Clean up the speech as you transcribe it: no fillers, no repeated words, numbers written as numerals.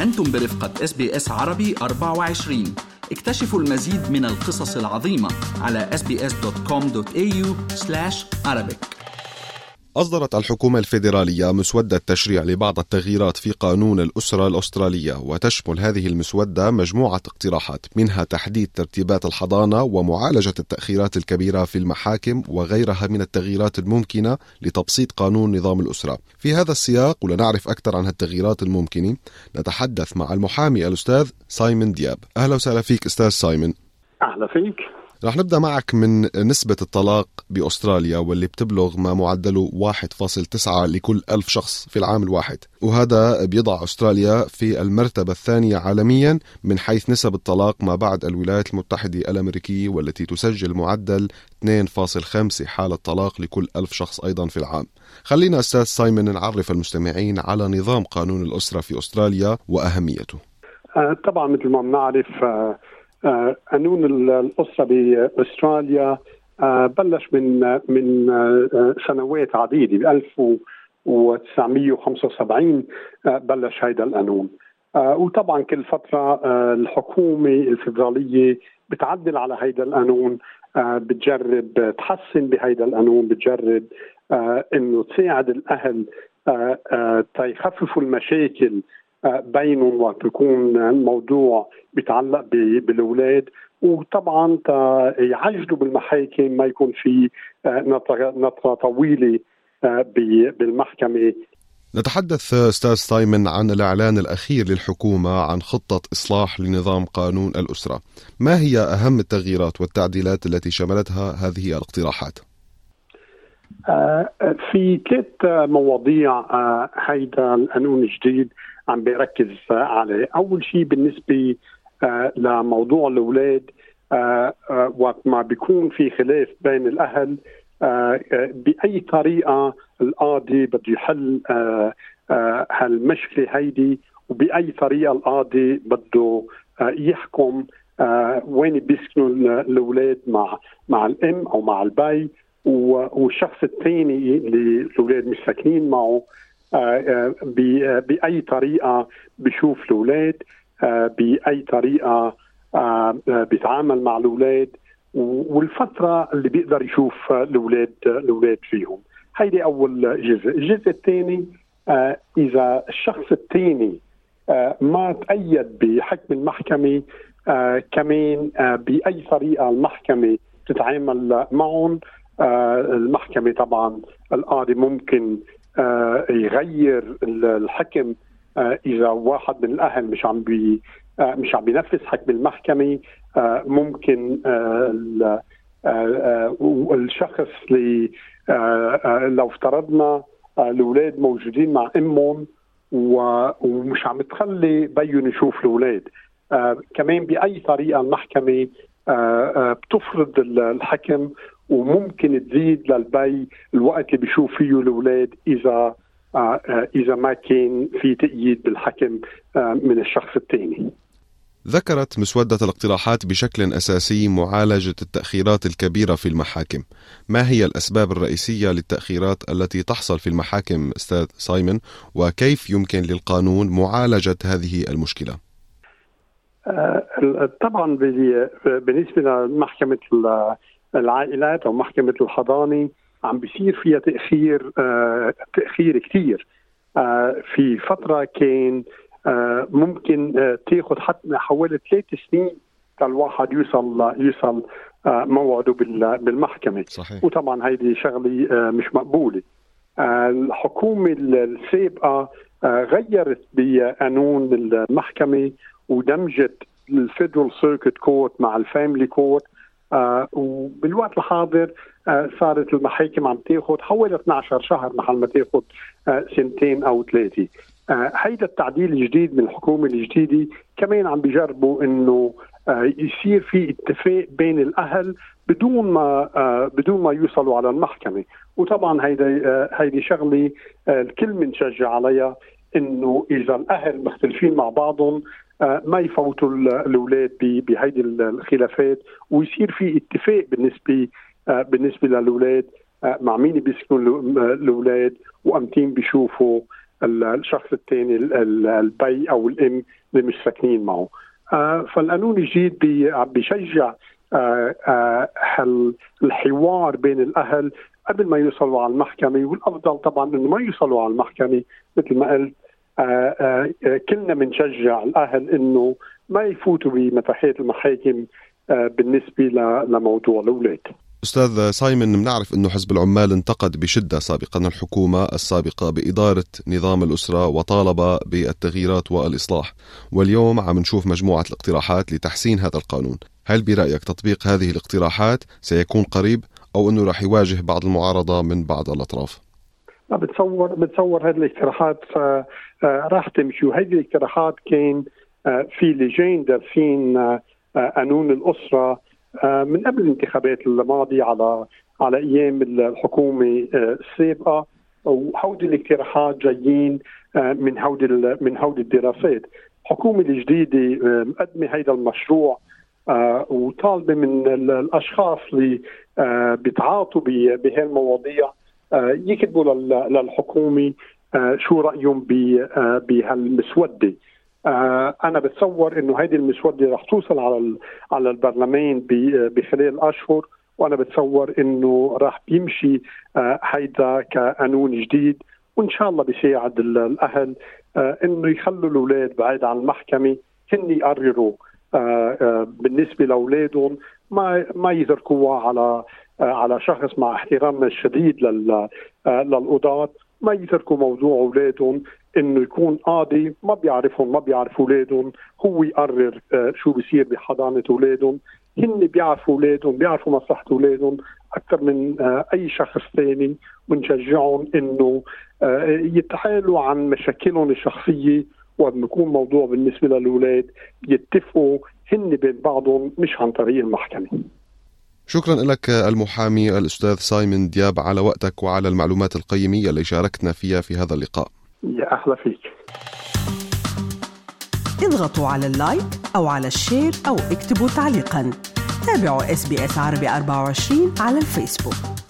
أنتم برفقة SBS عربي 24. اكتشفوا المزيد من القصص العظيمة على sbs.com.au/Arabic. أصدرت الحكومة الفيدرالية مسودة تشريع لبعض التغييرات في قانون الأسرة الأسترالية، وتشمل هذه المسودة مجموعة اقتراحات، منها تحديد ترتيبات الحضانة ومعالجة التأخيرات الكبيرة في المحاكم وغيرها من التغييرات الممكنة لتبسيط قانون نظام الأسرة. في هذا السياق ولنعرف أكثر عن التغييرات الممكنة نتحدث مع المحامي الأستاذ سايمون دياب. أهلا وسهلا فيك أستاذ سايمون. أهلا فيك. رح نبدأ معك من نسبة الطلاق بأستراليا واللي بتبلغ ما معدله 1.9 لكل 1000 شخص في العام الواحد، وهذا بيضع أستراليا في المرتبة الثانية عالميا من حيث نسب الطلاق ما بعد الولايات المتحدة الأمريكية، والتي تسجل معدل 2.5 حالة طلاق لكل 1000 شخص أيضا في العام. خلينا أستاذ سايمون نعرف المستمعين على نظام قانون الأسرة في أستراليا وأهميته. طبعا مثل ما بنعرف قانون الأسرة بأستراليا بلش من سنوات عديدة. ب 1975 بلش هيدا القانون، وطبعا كل فترة الحكومة الفيدرالية بتعدل على هيدا القانون، بتجرب تحسن بهيدا القانون، بتجرب انه تساعد الأهل تيخففوا المشاكل بينهم وقت يكون الموضوع بيتعلق بالأولاد، وطبعا يعجلوا بالمحاكم، ما يكون في نطرة طويلة بالمحكمة. نتحدث أستاذ سايمون عن الإعلان الأخير للحكومة عن خطة إصلاح لنظام قانون الأسرة. ما هي أهم التغييرات والتعديلات التي شملتها هذه الاقتراحات؟ في 3 مواضيع هيدا القانون الجديد عم بيركز عليه. أول شيء بالنسبة لموضوع الأولاد، وقت ما بيكون في خلاف بين الأهل بأي طريقة القاضي بده يحل هالمشكلة هيدي، وبأي طريقة القاضي بده يحكم وين بيسكنوا الأولاد مع الأم أو مع البي، والشخص الثاني اللي الأولاد مش ساكنين معه بأي طريقة بيشوف الأولاد، بأي طريقة بيتعامل مع الأولاد، والفترة اللي بيقدر يشوف الأولاد فيهم. هيدي أول جزء. الجزء الثاني، إذا الشخص الثاني ما تأيد بحكم المحكمة، كمان بأي طريقة المحكمة تتعامل معهم، المحكمة طبعا القاضي ممكن يغير الحكم إذا واحد من الأهل مش عم بينفذ حكم المحكمة. ممكن الشخص اللي لو افترضنا الأولاد موجودين مع أمهم ومش عم تخلي بيهم يشوف الأولاد، كمان بأي طريقة المحكمة بتفرض الحكم، وممكن تزيد للبي الوقت اللي بيشوف فيه الأولاد إذا ما كان في تأييد بالحكم من الشخص الثاني. ذكرت مسودة الاقتراحات بشكل أساسي معالجة التأخيرات الكبيرة في المحاكم. ما هي الأسباب الرئيسية للتأخيرات التي تحصل في المحاكم أستاذ سايمون، وكيف يمكن للقانون معالجة هذه المشكلة؟ طبعا بالنسبة لمحكمة العائلات أو محكمة الحضانة عم بيصير فيها تأخير كتير. في فترة كان ممكن تاخد حتى حوالي 3 سنين الواحد يوصل موعده بالمحكمة. صحيح. وطبعا هيدي شغلة مش مقبولة. الحكومة السابقة غيرت بقانون المحكمة ودمجت الفيدرال سيركت كورت مع الفاميلي كورت، وبالوقت الحاضر صارت المحاكم عم تاخد حوالي 12 شهر محل ما تاخد 2 أو 3. هيدا التعديل الجديد من الحكومة الجديدة كمان عم بيجربوا انه يصير في اتفاق بين الاهل بدون ما يوصلوا على المحكمة. وطبعا هيدي شغلة الكل منشجع عليها، انه اذا الاهل مختلفين مع بعضهم ما يفوتوا الاولاد بهيدي الخلافات، ويصير في اتفاق بالنسبة للاولاد مع مين بيسكنوا الاولاد وامتين بيشوفوا الشخص الثاني البي أو الأم اللي مش ساكنين معه. فالقانون الجديد بيشجع الحوار بين الأهل قبل ما يوصلوا على المحكمة، والأفضل طبعا إنه ما يوصلوا على المحكمة. مثل ما قلت كلنا بنشجع الأهل إنه ما يفوتوا بمتاحية المحاكم بالنسبة لموضوع الأولاد. أستاذ سايمون، بنعرف أنه حزب العمال انتقد بشدة سابقا الحكومة السابقة بإدارة نظام الأسرة وطالب بالتغييرات والإصلاح، واليوم عم نشوف مجموعة الاقتراحات لتحسين هذا القانون. هل برأيك تطبيق هذه الاقتراحات سيكون قريب أو أنه رح يواجه بعض المعارضة من بعض الأطراف؟ بتصور هذه الاقتراحات راح تمشي، وهذه الاقتراحات كان في لجان دارسين قانون الأسرة من قبل الانتخابات الماضية على أيام الحكومة السابقة، وهودي الاقتراحات جايين من هودي الدراسات. الحكومة الجديدة مقدمة هذا المشروع وطالبة من الأشخاص اللي بيتعاطوا بهالمواضيع يكتبوا للحكومة شو رأيهم بهالمسودة. أنا بتصور إنه هذه المسودة رح توصل على البرلمان بخلال أشهر، وأنا بتصور إنه رح بيمشي هيدا كقانون جديد، وإن شاء الله بيساعد الأهل إنه يخلوا الأولاد بعيد عن المحكمة، هن يقرروا بالنسبة لأولادهم، ما يتركوها على شخص، مع احترامنا الشديد للقضاة، ما يتركوا موضوع أولادهم إنه يكون قاضي ما بيعرفهم ما بيعرف أولادهم هو يقرر شو بيصير بحضانة أولادهم. هن بيعرفوا أولادهم، بيعرفوا مصلحة أولادهم أكثر من أي شخص ثاني، ونشجعهم إنه يتحايلوا عن مشاكلهم الشخصية، وأن يكون موضوع بالنسبة للأولاد يتفقوا هن بين بعضهم مش عن طريق المحكمة. شكرا لك المحامي الأستاذ سايمون دياب على وقتك وعلى المعلومات القيمة اللي شاركتنا فيها في هذا اللقاء. يا أهلا فيك. اضغطوا على اللايك أو على الشير أو اكتبوا تعليقا. تابعوا SBS عربي 24 على الفيسبوك.